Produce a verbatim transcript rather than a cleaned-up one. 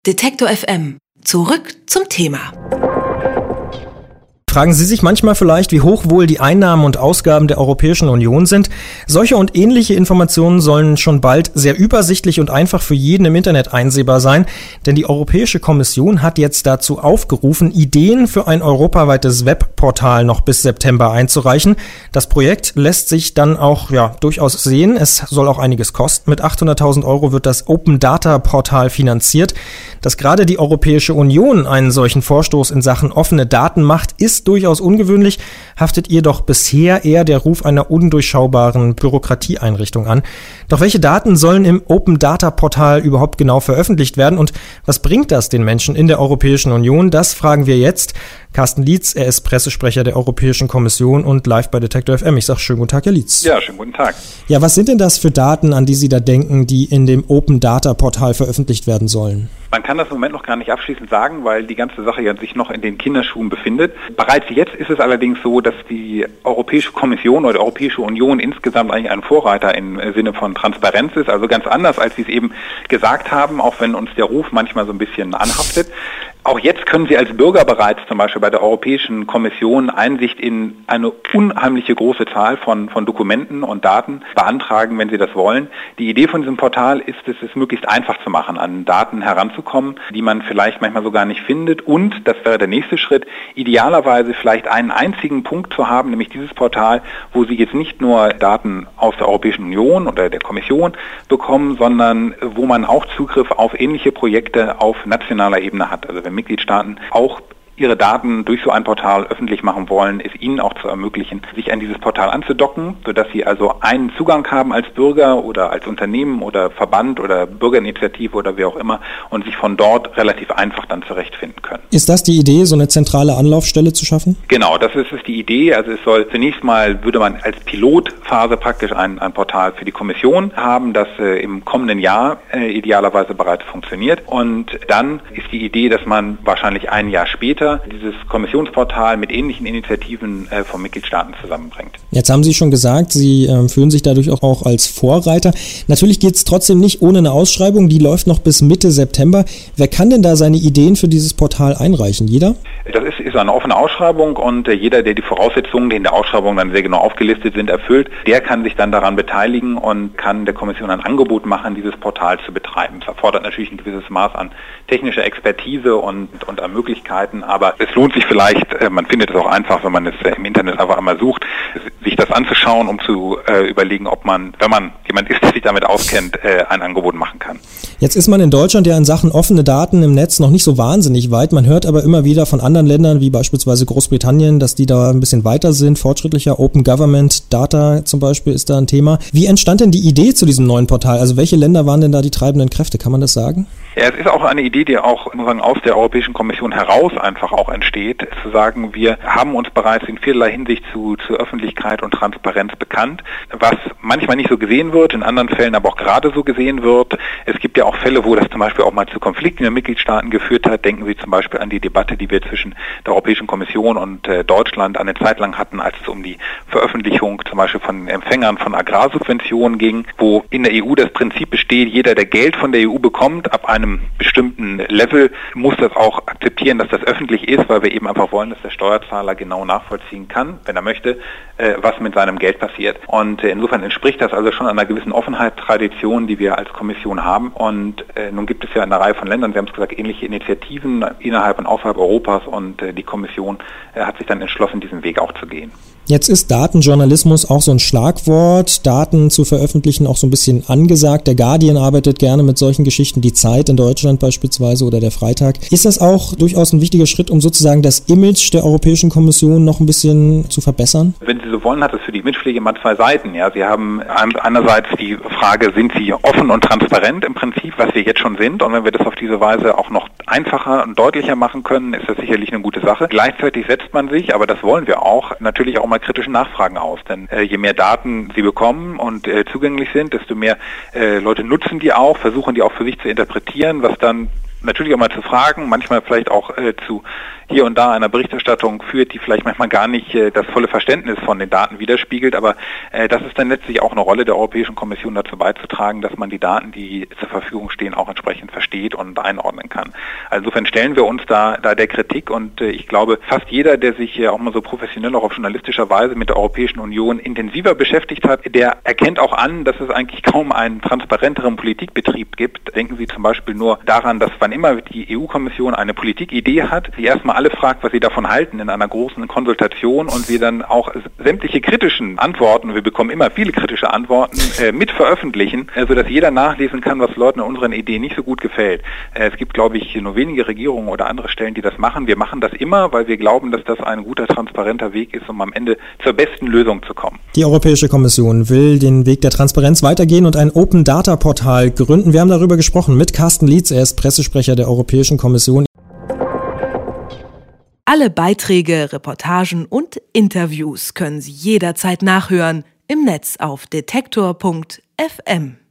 Detektor F M. Zurück zum Thema. Fragen Sie sich manchmal vielleicht, wie hoch wohl die Einnahmen und Ausgaben der Europäischen Union sind? Solche und ähnliche Informationen sollen schon bald sehr übersichtlich und einfach für jeden im Internet einsehbar sein, denn die Europäische Kommission hat jetzt dazu aufgerufen, Ideen für ein europaweites Webportal noch bis September einzureichen. Das Projekt lässt sich dann auch ja durchaus sehen. Es soll auch einiges kosten. Mit achthunderttausend Euro wird das Open Data Portal finanziert. Dass gerade die Europäische Union einen solchen Vorstoß in Sachen offene Daten macht, ist durchaus ungewöhnlich, haftet ihr doch bisher eher der Ruf einer undurchschaubaren Bürokratieeinrichtung an. Doch welche Daten sollen im Open Data Portal überhaupt genau veröffentlicht werden und was bringt das den Menschen in der Europäischen Union? Das fragen wir jetzt. Carsten Lietz, er ist Pressesprecher der Europäischen Kommission und live bei Detektor F M. Ich sage schönen guten Tag, Herr Lietz. Ja, schönen guten Tag. Ja, was sind denn das für Daten, an die Sie da denken, die in dem Open Data Portal veröffentlicht werden sollen? Man kann das im Moment noch gar nicht abschließend sagen, weil die ganze Sache ja sich noch in den Kinderschuhen befindet. Bereits jetzt ist es allerdings so, dass die Europäische Kommission oder die Europäische Union insgesamt eigentlich ein Vorreiter im Sinne von Transparenz ist, also ganz anders, als Sie es eben gesagt haben, auch wenn uns der Ruf manchmal so ein bisschen anhaftet. Auch jetzt können Sie als Bürger bereits zum Beispiel bei der Europäischen Kommission Einsicht in eine unheimliche große Zahl von, von Dokumenten und Daten beantragen, wenn Sie das wollen. Die Idee von diesem Portal ist es, es möglichst einfach zu machen, an Daten heranzukommen, die man vielleicht manchmal so gar nicht findet. Und, das wäre der nächste Schritt, idealerweise vielleicht einen einzigen Punkt zu haben, nämlich dieses Portal, wo Sie jetzt nicht nur Daten aus der Europäischen Union oder der Kommission bekommen, sondern wo man auch Zugriff auf ähnliche Projekte auf nationaler Ebene hat. Also wenn Mitgliedstaaten auch ihre Daten durch so ein Portal öffentlich machen wollen, ist ihnen auch zu ermöglichen, sich an dieses Portal anzudocken, sodass sie also einen Zugang haben als Bürger oder als Unternehmen oder Verband oder Bürgerinitiative oder wie auch immer und sich von dort relativ einfach dann zurechtfinden können. Ist das die Idee, so eine zentrale Anlaufstelle zu schaffen? Genau, das ist, ist die Idee. Also es soll zunächst mal, würde man als Pilotphase praktisch ein, ein Portal für die Kommission haben, das äh, im kommenden Jahr äh, idealerweise bereits funktioniert. Und dann ist die Idee, dass man wahrscheinlich ein Jahr später dieses Kommissionsportal mit ähnlichen Initiativen äh, von Mitgliedstaaten zusammenbringt. Jetzt haben Sie schon gesagt, Sie äh, fühlen sich dadurch auch, auch als Vorreiter. Natürlich geht es trotzdem nicht ohne eine Ausschreibung, die läuft noch bis Mitte September. Wer kann denn da seine Ideen für dieses Portal einreichen? Jeder? Das ist, ist eine offene Ausschreibung und äh, jeder, der die Voraussetzungen, die in der Ausschreibung dann sehr genau aufgelistet sind, erfüllt, der kann sich dann daran beteiligen und kann der Kommission ein Angebot machen, dieses Portal zu betreiben. Es erfordert natürlich ein gewisses Maß an technischer Expertise und, und an Möglichkeiten, aber es lohnt sich vielleicht, äh, man findet es auch einfach, wenn man es äh, im Internet einfach einmal sucht, sich das anzuschauen, um zu äh, überlegen, ob man, wenn man jemand ist, der sich damit auskennt, äh, ein Angebot machen kann. Jetzt ist man in Deutschland ja in Sachen offene Daten im Netz noch nicht so wahnsinnig weit. Man hört aber immer wieder von anderen Ländern, wie beispielsweise Großbritannien, dass die da ein bisschen weiter sind, fortschrittlicher. Open Government Data zum Beispiel ist da ein Thema. Wie entstand denn die Idee zu diesem neuen Portal? Also welche Länder waren denn da die treibenden Kräfte? Kann man das sagen? Ja, es ist auch eine Idee, die auch sozusagen aus der Europäischen Kommission heraus einfach auch entsteht, zu sagen, wir haben uns bereits in vielerlei Hinsicht zu, zu Öffentlichkeit und Transparenz bekannt, was manchmal nicht so gesehen wird, in anderen Fällen aber auch gerade so gesehen wird. Es gibt ja auch Fälle, wo das zum Beispiel auch mal zu Konflikten in den Mitgliedstaaten geführt hat. Denken Sie zum Beispiel an die Debatte, die wir zwischen der Europäischen Kommission und äh, Deutschland eine Zeit lang hatten, als es um die Veröffentlichung zum Beispiel von Empfängern von Agrarsubventionen ging, wo in der E U das Prinzip besteht, jeder, der Geld von der E U bekommt, ab einem bestimmten Level, muss das auch akzeptieren, dass das öffentlich ist, weil wir eben einfach wollen, dass der Steuerzahler genau nachvollziehen kann, wenn er möchte, äh, was mit seinem Geld passiert. Und äh, insofern entspricht das also schon einer gewissen Offenheitstradition, die wir als Kommission haben. Und äh, nun gibt es ja eine Reihe von Ländern, Sie haben es gesagt, ähnliche Initiativen innerhalb und außerhalb Europas und äh, die Kommission äh, hat sich dann entschlossen, diesen Weg auch zu gehen. Jetzt ist Datenjournalismus auch so ein Schlagwort, Daten zu veröffentlichen auch so ein bisschen angesagt. Der Guardian arbeitet gerne mit solchen Geschichten, die Zeit in Deutschland beispielsweise oder der Freitag. Ist das auch durchaus ein wichtiger Schritt, um sozusagen das Image der Europäischen Kommission noch ein bisschen zu verbessern? Wenn Sie so wollen, hat es für die Imagepflege immer zwei Seiten. Ja, Sie haben einerseits die Frage, sind Sie offen und transparent im Prinzip, was wir jetzt schon sind? Und wenn wir das auf diese Weise auch noch einfacher und deutlicher machen können, ist das sicherlich eine gute Sache. Gleichzeitig setzt man sich, aber das wollen wir auch, natürlich auch mal kritische Nachfragen aus. Denn äh, je mehr Daten Sie bekommen und äh, zugänglich sind, desto mehr äh, Leute nutzen die auch, versuchen die auch für sich zu interpretieren, was dann natürlich auch mal zu Fragen, manchmal vielleicht auch äh, zu hier und da einer Berichterstattung führt, die vielleicht manchmal gar nicht äh, das volle Verständnis von den Daten widerspiegelt, aber äh, das ist dann letztlich auch eine Rolle der Europäischen Kommission, dazu beizutragen, dass man die Daten, die zur Verfügung stehen, auch entsprechend versteht und einordnen kann. Also insofern stellen wir uns da, da der Kritik und äh, ich glaube, fast jeder, der sich äh, auch mal so professionell auch auf journalistischer Weise mit der Europäischen Union intensiver beschäftigt hat, der erkennt auch an, dass es eigentlich kaum einen transparenteren Politikbetrieb gibt. Denken Sie zum Beispiel nur daran, dass wann immer die E U-Kommission eine Politikidee hat, sie erstmal alle fragt, was sie davon halten in einer großen Konsultation und wir dann auch sämtliche kritischen Antworten, wir bekommen immer viele kritische Antworten, äh, mit veröffentlichen, äh, sodass jeder nachlesen kann, was Leuten an unseren Ideen nicht so gut gefällt. Äh, es gibt, glaube ich, nur wenige Regierungen oder andere Stellen, die das machen. Wir machen das immer, weil wir glauben, dass das ein guter, transparenter Weg ist, um am Ende zur besten Lösung zu kommen. Die Europäische Kommission will den Weg der Transparenz weitergehen und ein Open-Data-Portal gründen. Wir haben darüber gesprochen mit Carsten Lietz, er ist Pressesprecher der Europäischen Kommission. Alle Beiträge, Reportagen und Interviews können Sie jederzeit nachhören im Netz auf detektor punkt f m.